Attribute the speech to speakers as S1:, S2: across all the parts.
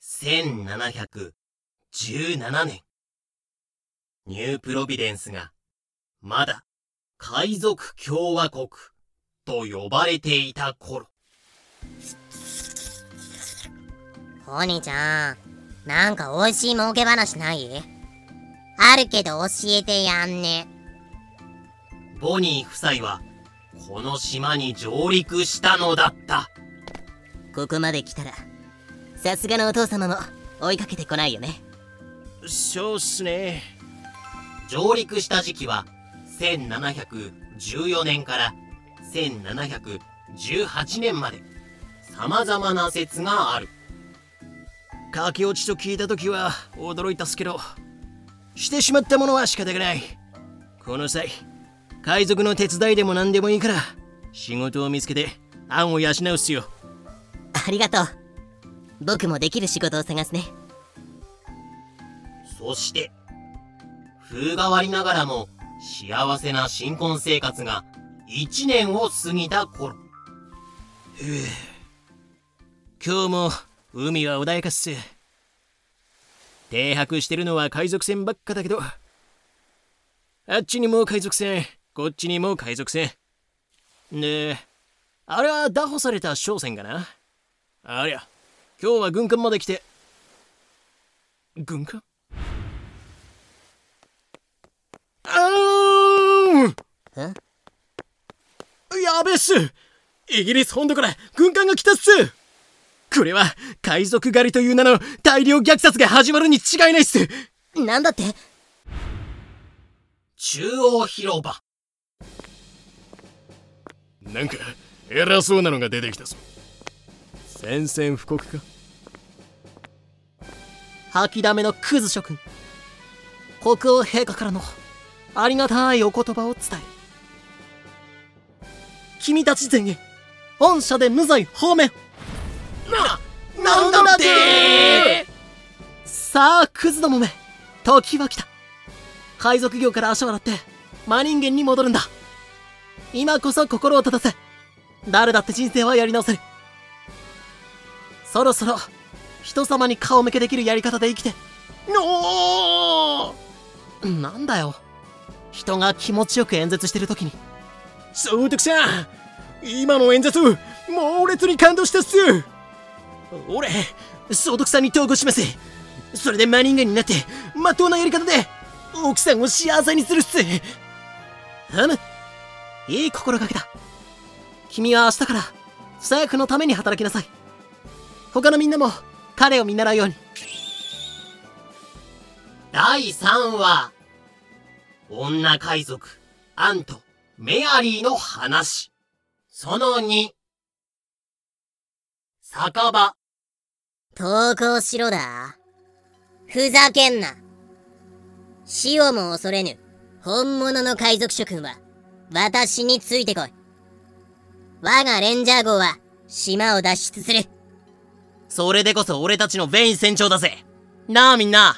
S1: 1717年、ニュープロビデンスがまだ海賊共和国と呼ばれていた頃。
S2: お兄ちゃん、なんか美味しい儲け話ない？あるけど教えてやんね。
S1: ボニー夫妻はこの島に上陸したのだった。
S3: ここまで来たらさすがのお父様も追いかけてこないよね。
S4: そうっすね。
S1: 上陸した時期は1714年から1718年まで、様々な説がある。
S4: 駆け落ちと聞いた時は驚いたっすけど、してしまったものは仕方がない。この際、海賊の手伝いでも何でもいいから仕事を見つけてアンを養うっすよ。
S3: ありがとう。僕もできる仕事を探すね。
S1: そして風変わりながらも幸せな新婚生活が1年を過ぎた頃。
S4: 今日も海は穏やかっす。停泊してるのは海賊船ばっかだけど、あっちにも海賊船、こっちにも海賊船で、あれは拿捕された商船かな。ありゃ、今日は軍艦まで来て。軍艦？やべっす。イギリス本土から軍艦が来たっす。これは海賊狩りという名の大量虐殺が始まるに違いないっす。
S3: なんだって？
S1: 中央広場。
S4: なんか偉そうなのが出てきたぞ。宣戦布告か？
S5: 吐きだめのクズ諸君、国王陛下からのありがたいお言葉を伝える。君たち前へ御社で無罪放免。
S1: なんだって。
S5: さあクズどもめ、時は来た。海賊業から足を洗って真人間に戻るんだ。今こそ心を立たせ、誰だって人生はやり直せる。そろそろ人様に顔向けできるやり方で生きて。なんだよ、人が気持ちよく演説してる時に。
S4: 総督さん、今の演説猛烈に感動したっす。俺、総督さんに投稿します。それで真人間になってまっとうなやり方で奥さんを幸せにするっす。
S5: いい心がけだ。君は明日から夫妻のために働きなさい。他のみんなも彼を見習うように。
S1: 第3話、女海賊アンとメアリーの話。その2、酒場。
S2: 投稿しろだ。ふざけんな。死をも恐れぬ本物の海賊諸君は私についてこい。我がレンジャー号は島を脱出する。
S5: それでこそ俺たちのベイン船長だぜ。なあみんな。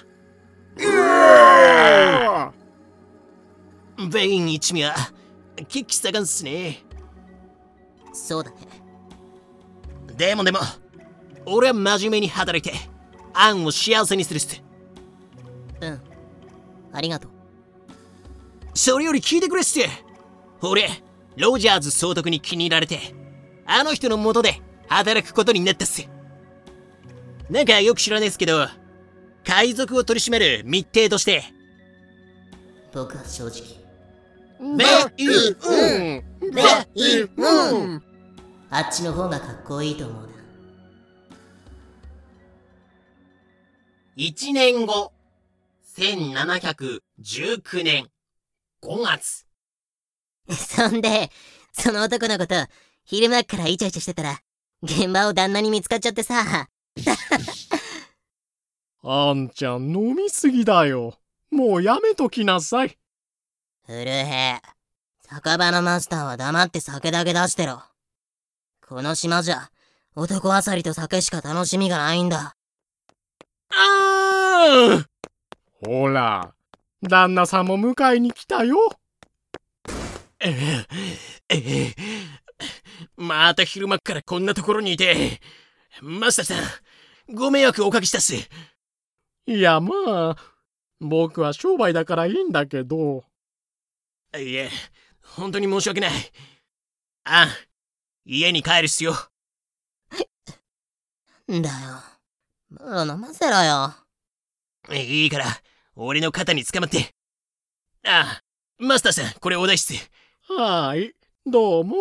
S4: ベイン一味は血気盛んっすね。
S3: そうだね。
S4: でも俺は真面目に働いてアンを幸せにするっす。
S3: うん、ありがとう。
S4: それより聞いてくれっす。俺ロジャーズ総督に気に入られてあの人の元で働くことになったっす。なんかよく知らねえっすけど、海賊を取り締める密偵として。
S3: 僕は正直あっちの方がかっこいいと思うな。
S1: 1年後、1719年5月。
S3: そんで、その男の子と昼間っからイチャイチャしてたら現場を旦那に見つかっちゃってさ。
S6: あんちゃん飲みすぎだよ。もうやめときなさい。
S3: うるへえ。酒場のマスターは黙って酒だけ出してろ。この島じゃ男あさりと酒しか楽しみがないんだ。
S6: ほら、旦那さんも迎えに来たよ。
S4: また昼間っからこんなところにいて。マスターさん、 ご迷惑おかけしたっす。
S6: いやまあ、僕は商売だからいいんだけど。
S4: いえ、本当に申し訳ない。あん、家に帰るっすよ。
S3: んだよ。もう飲ませろよ。
S4: いいから、俺の肩に捕まって。ああ、マスターさん、これお題っす。
S6: はい、どうも。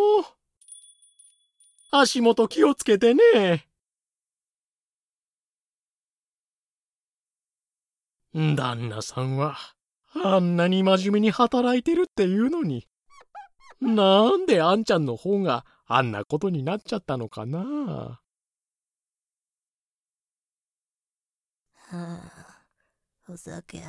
S6: 足元気をつけてね。旦那さんはあんなに真面目に働いてるっていうのに、なんであんちゃんの方があんなことになっちゃったのかな。
S3: はあ、お酒。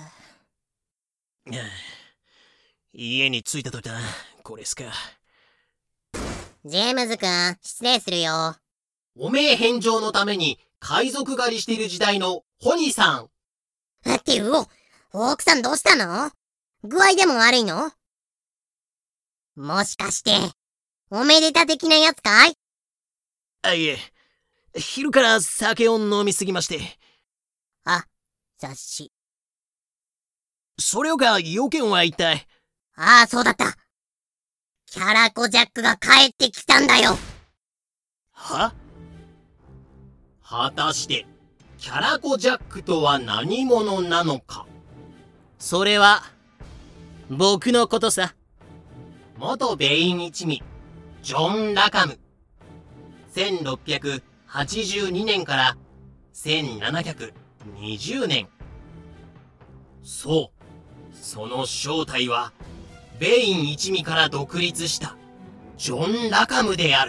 S4: 家に着いたときだ。これっすか。
S2: ジェームズ君、失礼するよ。
S1: 汚名返上のために海賊狩りしている時代のホニーさん。
S2: っていうお、奥さんどうしたの？具合でも悪いの？もしかして、おめでた的なやつかい？
S4: いえ、昼から酒を飲みすぎまして。
S2: あ、雑誌。
S4: それよか要件は一体。
S2: ああ、そうだった。キャラコジャックが帰ってきたんだよ。
S4: は？
S1: 果たして、キャラコジャックとは何者なのか。
S4: それは、僕のことさ。
S1: 元ベイン一味、ジョン・ラカム。1682年から1720年。そう、その正体は、ベイン一味から独立したジョン・ラカムである。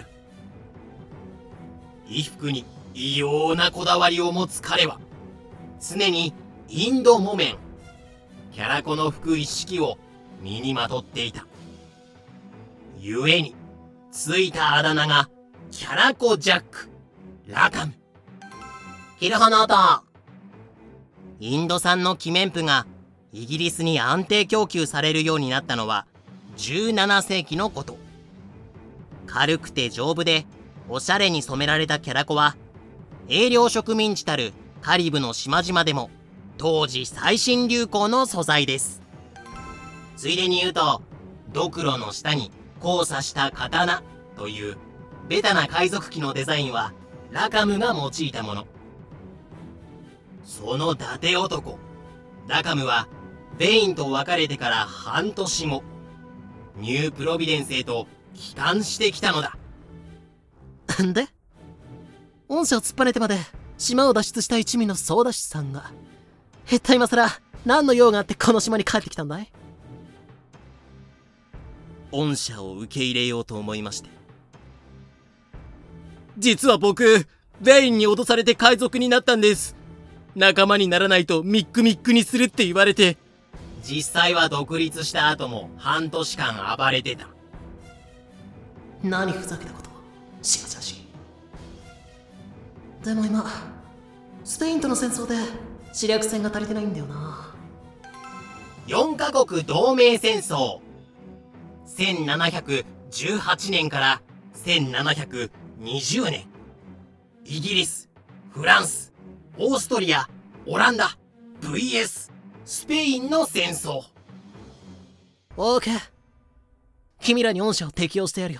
S1: 衣服に異様なこだわりを持つ彼は、常にインド木綿、キャラコの服一式を身にまとっていた。故に、ついたあだ名が、キャラコジャック、ラカム。キルハナータ。
S3: インド産のキメンプがイギリスに安定供給されるようになったのは17世紀のこと。軽くて丈夫でおしゃれに染められたキャラコは、営領植民地たるカリブの島々でも当時最新流行の素材です。
S1: ついでに言うと、ドクロの下に交差した刀というベタな海賊機のデザインはラカムが用いたもの。その伊達男、ラカムはベインと別れてから半年後、ニュープロビデンスへと帰還してきたのだ。
S5: んで、御社を突っぱねてまで島を脱出した一味の総脱出さんが、一体今更何の用があってこの島に帰ってきたんだい？
S3: 御社を受け入れようと思いまして。
S4: 実は僕、ベインに脅されて海賊になったんです。仲間にならないとミックミックにするって言われて。
S1: 実際は独立した後も半年間暴れてた。
S5: 何ふざけたことをしがちらしい。でも今スペインとの戦争で知略戦が足りてないんだよな。
S1: 4カ国同盟戦争。1718年から1720年。イギリス、フランス、オーストリア、オランダ、VS、スペインの戦争。
S5: オーケー。君らに恩赦を適用してやるよ。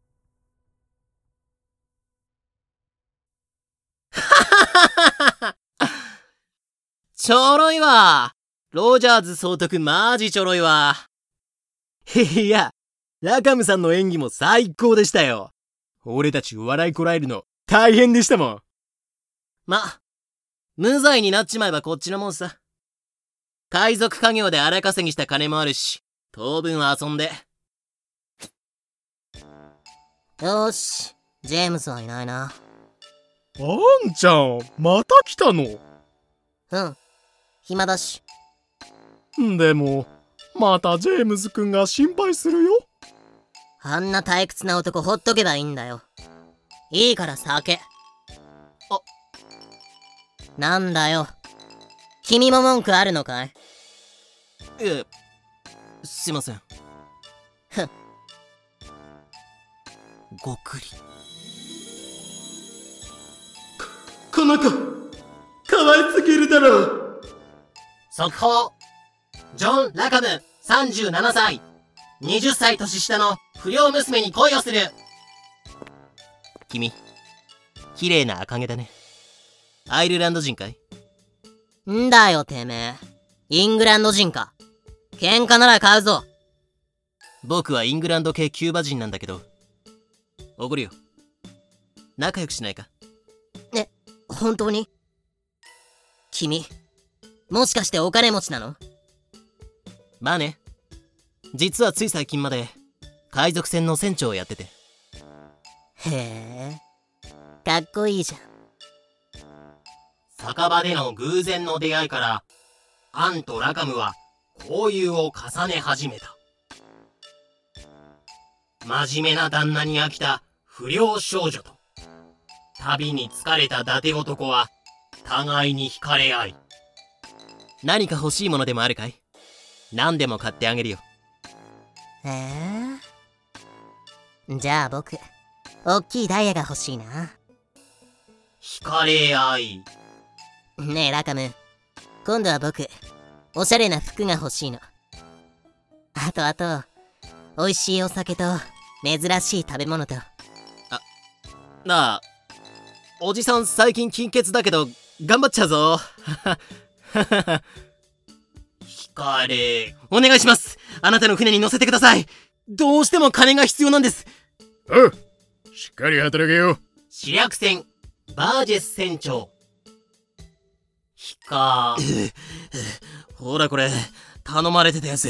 S4: ちょろいわ。ロジャーズ総督マジちょろいわ。いや、ラカムさんの演技も最高でしたよ。俺たち笑いこらえるの大変でしたもん。
S3: ま、無罪になっちまえばこっちのもんさ。海賊家業で荒稼ぎした金もあるし、当分遊んで。よーし、ジェームスはいないな。
S6: あんちゃん、また来たの？
S3: うん、暇だし。
S6: でも、またジェームズ君が心配するよ。
S3: あんな退屈な男ほっとけばいいんだよ。いいから酒。あ、なんだよ。君も文句あるのかい？
S4: いえ、すいません。
S3: ふん。ごくり。
S6: かなか、
S5: いすぎるだろ。
S1: 速報。ジョン・ラカム37歳。20歳年下の不良娘に恋をする。
S3: 君、綺麗な赤毛だね。アイルランド人かい？
S2: んだよてめえ。イングランド人か。喧嘩なら買うぞ。
S3: 僕はイングランド系キューバ人なんだけど。おごるよ。仲良くしないか？
S2: 本当に？君、もしかしてお金持ちなの？
S3: まあね。実はつい最近まで海賊船の船長をやってて。
S2: へえ、かっこいいじゃん。
S1: 酒場での偶然の出会いから、アンとラカムは交友を重ね始めた。真面目な旦那に飽きた不良少女と、旅に疲れた伊達男は互いに惹かれ合い。
S3: 何か欲しいものでもあるかい？何でも買ってあげるよ。
S2: へえ。じゃあ僕、おっきいダイヤが欲しいな。
S1: 惹かれ合い。
S2: ねえラカム、今度は僕、おしゃれな服が欲しいの。あと、美味しいお酒と、珍しい食べ物と。
S3: なあ、おじさん最近金欠だけど頑張っちゃうぞ。
S1: 惹かれ。
S3: お願いします。あなたの船に乗せてください。どうしても金が必要なんです。
S6: おう、しっかり働けよ。
S1: 主略船バージェス船長。
S3: ほらこれ頼まれてたやつ。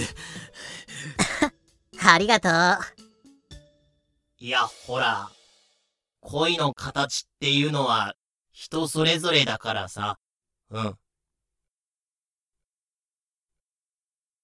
S2: ありがとう。
S1: いやほら、恋の形っていうのは人それぞれだからさ。うん。